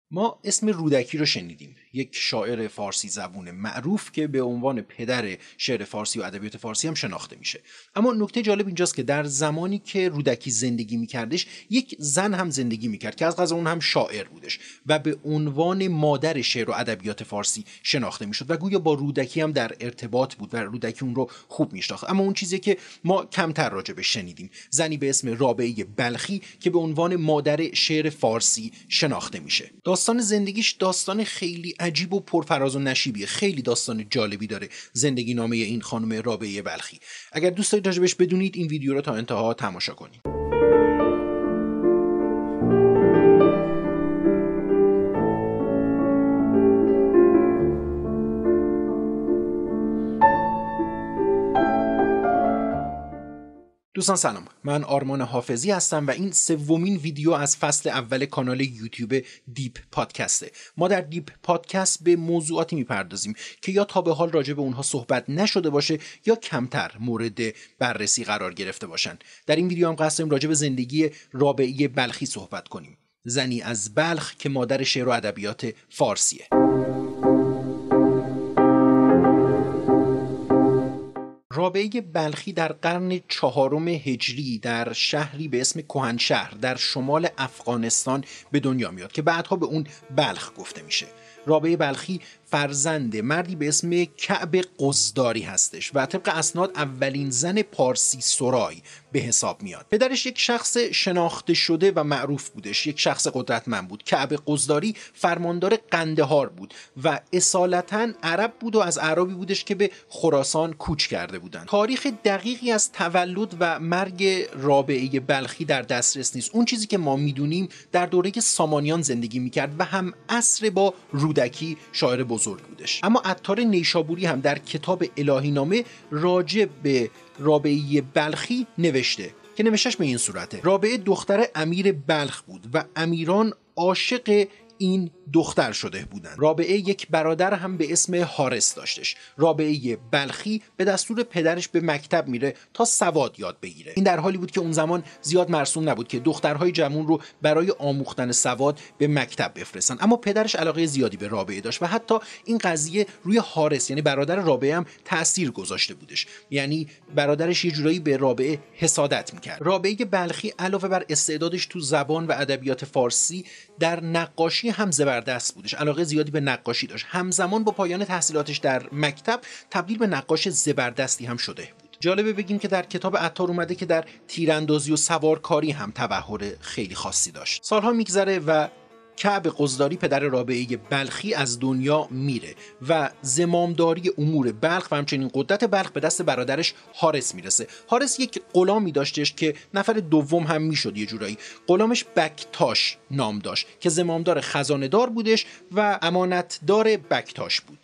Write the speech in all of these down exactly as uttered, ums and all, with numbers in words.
ما اسم رودکی رو شنیدیم، یک شاعر فارسی زبون معروف که به عنوان پدر شعر فارسی و ادبیات فارسی هم شناخته میشه. اما نکته جالب اینجاست که در زمانی که رودکی زندگی میکردش یک زن هم زندگی میکرد که از قضا اون هم شاعر بودش و به عنوان مادر شعر و ادبیات فارسی شناخته میشد و گویا با رودکی هم در ارتباط بود و رودکی اون رو خوب میشناخت. اما اون چیزی که ما کمتر راجبش شنیدیم، زنی به اسم رابعه بلخی که به عنوان مادر شعر فارسی شناخته میشه. داستان زندگیش داستان خیلی عجیب و پرفراز و نشیبیه، خیلی داستان جالبی داره زندگی نامه این خانم رابعه بلخی. اگر دوست دارید راجبش بدونید این ویدیو رو تا انتها تماشا کنید. دوستان سلام، من آرمان حافظی هستم و این سومین ویدیو از فصل اول کانال یوتیوب دیپ پادکسته. ما در دیپ پادکست به موضوعاتی میپردازیم که یا تا به حال راجع به اونها صحبت نشده باشه یا کمتر مورد بررسی قرار گرفته باشن. در این ویدیو هم قصد داریم راجع به زندگی رابعه بلخی صحبت کنیم، زنی از بلخ که مادر شعر و ادبیات فارسیه. رابعه بلخی در قرن چهارم هجری در شهری به اسم کهنشهر در شمال افغانستان به دنیا میاد که بعدها به اون بلخ گفته میشه. رابعه بلخی فرزند مردی به اسم کعب قزداری هستش و طبق اسناد اولین زن پارسی سرای به حساب میاد. پدرش یک شخص شناخته شده و معروف بودش، یک شخص قدرتمند بود. کعب قزداری فرماندار قندهار بود و اصالتاً عرب بود و از اعرابی بودش که به خراسان کوچ کرده بودند. تاریخ دقیقی از تولد و مرگ رابعه بلخی در دسترس نیست. اون چیزی که ما میدونیم در دوره سامانیان زندگی میکرد و هم عصر با رودکی شاعر بزرگ بودش. اما عطار نیشابوری هم در کتاب الهی نامه راجع به رابعه بلخی نوشته که نوشتش به این صورته: رابعه دختر امیر بلخ بود و امیران عاشق این دختر شده بودند. رابعه یک برادر هم به اسم حارس داشتش. رابعه بلخی به دستور پدرش به مکتب میره تا سواد یاد بگیره. این در حالی بود که اون زمان زیاد مرسوم نبود که دخترهای جوان رو برای آموختن سواد به مکتب بفرستن، اما پدرش علاقه زیادی به رابعه داشت و حتی این قضیه روی حارس یعنی برادر رابعه هم تأثیر گذاشته بودش. یعنی برادرش یه جورایی به رابعه حسادت میکرد. رابعه بلخی علاوه بر استعدادش تو زبان و ادبیات فارسی در نقاشی هم زبردست بودش. علاقه زیادی به نقاشی داشت. همزمان با پایان تحصیلاتش در مکتب تبدیل به نقاش زبردستی هم شده بود. جالبه بگیم که در کتاب عطار اومده که در تیراندازی و سوارکاری هم تبحر خیلی خاصی داشت. سالها میگذره و کعب قزداری پدر رابعه بلخی از دنیا میره و زمامداری امور بلخ و همچنین قدرت بلخ به دست برادرش حارس میرسه. حارس یک غلامی داشتش که نفر دوم هم میشد یه جورایی. غلامش بکتاش نام داشت که زمامدار خزانه دار بودش و امانتدار بکتاش بود.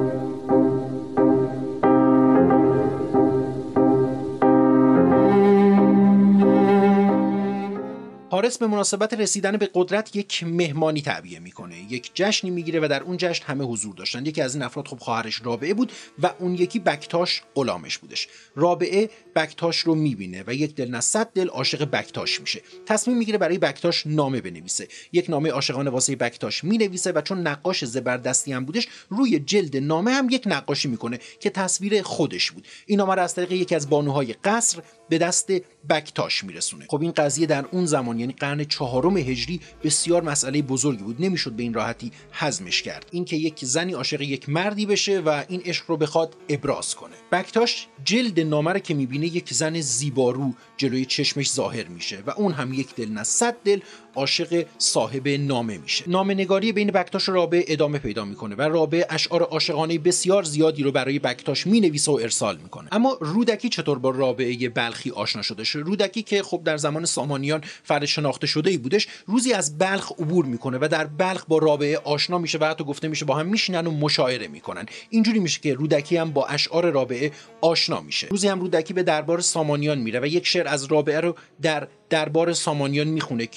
حارس به مناسبت رسیدن به قدرت یک مهمانی تعبیه میکنه، یک جشنی میگیره و در اون جشن همه حضور داشتن. یکی از این افراد خب خواهرش رابعه بود و اون یکی بکتاش غلامش بودش. رابعه بکتاش رو میبینه و یک دل نه صد دل عاشق بکتاش میشه. تصمیم میگیره برای بکتاش نامه بنویسه. یک نامه عاشقانه واسه بکتاش مینویسه و چون نقاش زبردستی هم بودش روی جلد نامه هم یک نقاشی میکنه که تصویر خودش بود. این نامه رو از طریق یکی از بانوهای قصر به دست بکتاش میرسونه. خب این قضیه در اون زمان یعنی قرن چهارم هجری بسیار مسئله بزرگی بود، نمیشد به این راحتی هضمش کرد. اینکه یک زنی عاشق یک مردی بشه و این عشق رو بخواد ابراز کنه. بکتاش جلد نامه رو که میبینه یک زن زیبارو جلوی چشمش ظاهر میشه و اون هم یک دل نه صد دل عاشق صاحب نامه میشه. نامه نگاری بین بکتاش و رابعه ادامه پیدا میکنه و رابعه اشعار عاشقانه بسیار زیادی رو برای بکتاش مینویسه و ارسال میکنه. اما رودکی چطور با رابعه بلخی آشنا شدش؟ رودکی که خب در زمان سامانیان فرد شناخته شده ای بودش، روزی از بلخ عبور میکنه و در بلخ با رابعه آشنا میشه و حتی گفته میشه با هم میشینن و مشاعره میکنن. اینجوری میشه که رودکی هم با اشعار رابعه آشنا میشه. روزی هم رودکی به دربار سامانیان میره و یک شعر از رابعه رو در دربار سامانیان میخونه که مورد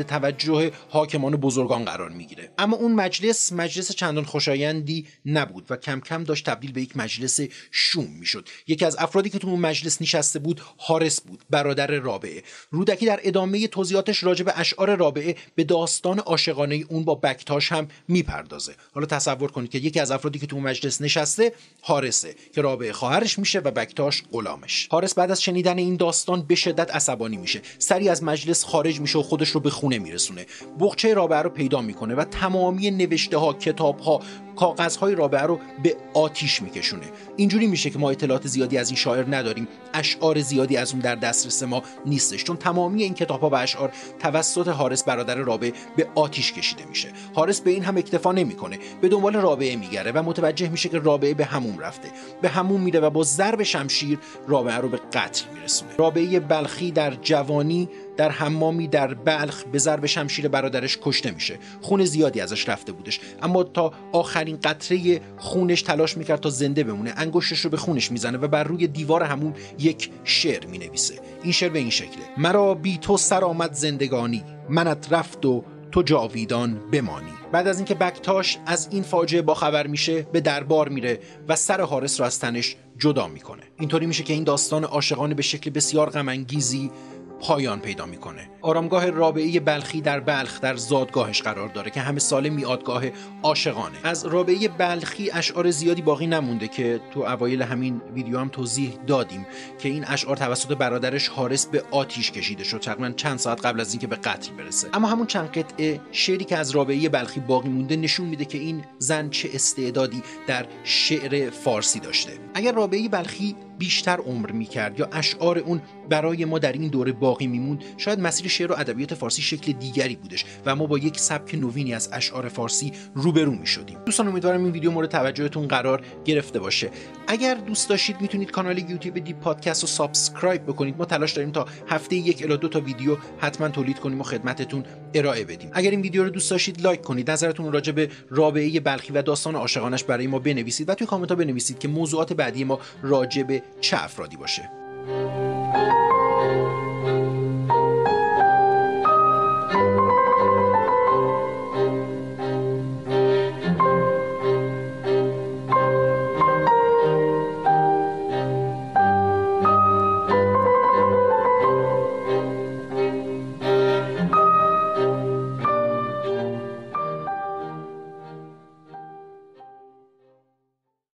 مورد توجه حاکمان و بزرگان قرار میگیره. اما اون مجلس مجلس چندان خوشایندی نبود و کم کم داشت تبدیل به یک مجلس شوم میشد. یکی از افرادی که تو اون مجلس نشسته بود حارس بود، برادر رابعه. رودکی در ادامه توضیحاتش راجع به اشعار رابعه به داستان عاشقانه اون با بکتاش هم میپردازه. حالا تصور کنید که یکی از افرادی که تو اون مجلس نشسته حارسه که رابعه خواهرش میشه و بکتاش غلامش. حارس بعد از شنیدن این داستان به شدت عصبانی میشه، سری از مجلس خارج میشه و خودش رو به خونه میرسونه. بقچه رابعه رو پیدا میکنه و تمامی نوشته ها، کتاب ها، کاغذهای رابعه رو به آتیش میکشونه. اینجوری میشه که ما اطلاعات زیادی از این شاعر نداریم، اشعار زیادی از اون در دسترس ما نیستش، چون تمامی این کتاب‌ها و اشعار توسط حارس برادر رابعه به آتیش کشیده میشه. حارس به این هم اکتفا نمیکنه، به دنبال رابعه میگره و متوجه میشه که رابعه به حموم رفته. به حموم میره و با ضرب شمشیر رابعه رو به قتل میرسونه. رابعه بلخی در جوانی در حمامی در بلخ به ضرب شمشیر برادرش کشته میشه. خون زیادی ازش رفته بودش، اما تا آخرین قطره خونش تلاش میکرد تا زنده بمونه. انگشتش رو به خونش میزنه و بر روی دیوار حموم یک شعر مینویسه. این شعر به این شکله: مرا بی تو سر آمد زندگانی، منت رفت و تو جاویدان بمانی. بعد از اینکه بکتاش از این فاجعه با خبر میشه، به دربار میره و سر حارس رو از تنش جدا میکنه. اینطوری میشه که این داستان عاشقانه به شکل بسیار غم انگیزی پایان پیدا میکنه. آرامگاه رابعه بلخی در بلخ در زادگاهش قرار داره که همه ساله میادگاه عاشقانه. از رابعه بلخی اشعار زیادی باقی نمونده که تو اوایل همین ویدیو هم توضیح دادیم که این اشعار توسط برادرش حارس به آتیش کشیده شد تقریبا چند ساعت قبل از اینکه به قتل برسه. اما همون چند قطعه شعری که از رابعه بلخی باقی مونده نشون میده که این زن چه استعدادی در شعر فارسی داشته. اگر رابعه بلخی بیشتر عمر میکرد یا اشعار اون برای ما در این دوره باقی میموند، شاید مسیر شعر و ادبیات فارسی شکل دیگری بودش و ما با یک سبک نوینی از اشعار فارسی روبرو میشدیم. دوستان امیدوارم این ویدیو مورد توجهتون قرار گرفته باشه. اگر دوست داشتید میتونید کانال یوتیوب دیپ پادکست رو سابسکرایب بکنید. ما تلاش داریم تا هفته یک الی دو تا ویدیو حتما تولید کنیم و خدمتتون ارائه بدیم. اگر این ویدیو رو دوست داشتید لایک کنید، نظرتون راجع به رابعه بلخی و داستان عاشقانش برای ما بنویسید و توی کامنت ها بنویسید که موضوعات بعدی ما راجع به چه افرادی باشه.